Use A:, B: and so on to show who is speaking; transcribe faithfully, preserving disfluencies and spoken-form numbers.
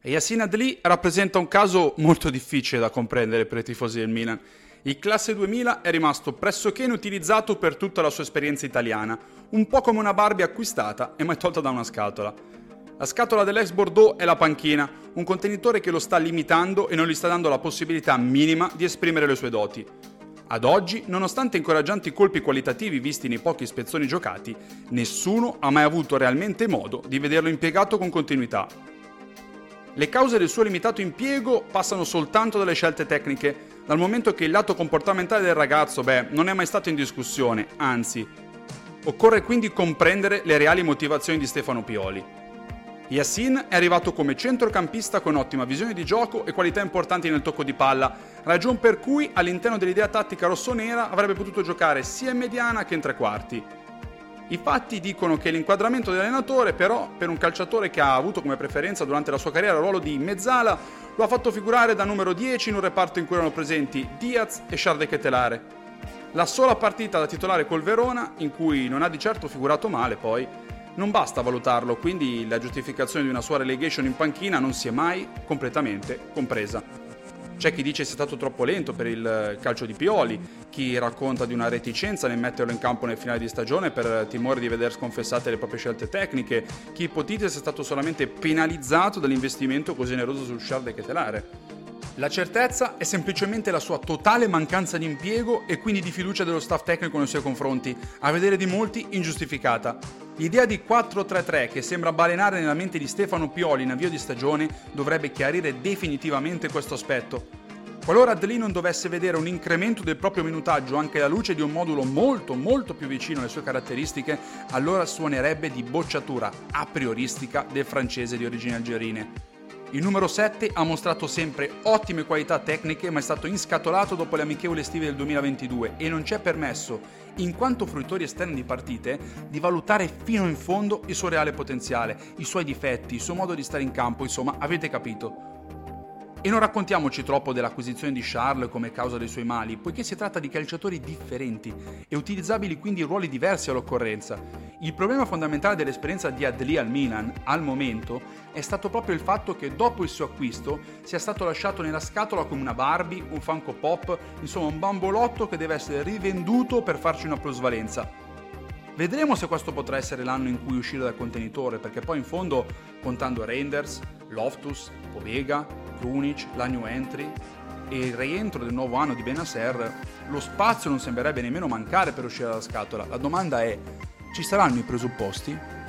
A: Yacine Adli rappresenta un caso molto difficile da comprendere per i tifosi del Milan. Il classe duemila è rimasto pressoché inutilizzato per tutta la sua esperienza italiana, un po' come una Barbie acquistata e mai tolta da una scatola. La scatola dell'ex Bordeaux è la panchina, un contenitore che lo sta limitando e non gli sta dando la possibilità minima di esprimere le sue doti. Ad oggi, nonostante incoraggianti colpi qualitativi visti nei pochi spezzoni giocati, nessuno ha mai avuto realmente modo di vederlo impiegato con continuità. Le cause del suo limitato impiego passano soltanto dalle scelte tecniche, dal momento che il lato comportamentale del ragazzo, beh, non è mai stato in discussione, anzi. Occorre quindi comprendere le reali motivazioni di Stefano Pioli. Yacine è arrivato come centrocampista con ottima visione di gioco e qualità importanti nel tocco di palla, ragion per cui all'interno dell'idea tattica rossonera avrebbe potuto giocare sia in mediana che in tre quarti. I fatti dicono che l'inquadramento dell'allenatore, però, per un calciatore che ha avuto come preferenza durante la sua carriera il ruolo di mezzala, lo ha fatto figurare da numero dieci in un reparto in cui erano presenti Diaz e Charles de Ketelaere. La sola partita da titolare col Verona, in cui non ha di certo figurato male poi, non basta valutarlo, quindi la giustificazione di una sua relegation in panchina non si è mai completamente compresa. C'è chi dice sia stato troppo lento per il calcio di Pioli, chi racconta di una reticenza nel metterlo in campo nel finale di stagione per timore di veder sconfessate le proprie scelte tecniche, chi ipotizza sia stato solamente penalizzato dall'investimento così generoso sul Charles de Ketelaere. La certezza è semplicemente la sua totale mancanza di impiego e quindi di fiducia dello staff tecnico nei suoi confronti, a vedere di molti ingiustificata. L'idea di quattro tre tre che sembra balenare nella mente di Stefano Pioli in avvio di stagione dovrebbe chiarire definitivamente questo aspetto. Qualora Adli non dovesse vedere un incremento del proprio minutaggio anche alla luce di un modulo molto molto più vicino alle sue caratteristiche, allora suonerebbe di bocciatura a prioristica del francese di origini algerine. Il numero sette ha mostrato sempre ottime qualità tecniche, ma è stato inscatolato dopo le amichevoli estive del duemilaventidue e non ci è permesso, in quanto fruitori esterni di partite, di valutare fino in fondo il suo reale potenziale, i suoi difetti, il suo modo di stare in campo, insomma, avete capito. E non raccontiamoci troppo dell'acquisizione di Charles come causa dei suoi mali, poiché si tratta di calciatori differenti e utilizzabili quindi in ruoli diversi all'occorrenza. Il problema fondamentale dell'esperienza di Adli al Milan, al momento, è stato proprio il fatto che dopo il suo acquisto sia stato lasciato nella scatola come una Barbie, un Funko Pop, insomma un bambolotto che deve essere rivenduto per farci una plusvalenza. Vedremo se questo potrà essere l'anno in cui uscire dal contenitore, perché poi in fondo, contando Reinders, Loftus, Pobega, Krunic, la new entry e il rientro del nuovo anno di Bennacer, lo spazio non sembrerebbe nemmeno mancare per uscire dalla scatola. La domanda è: ci saranno i presupposti?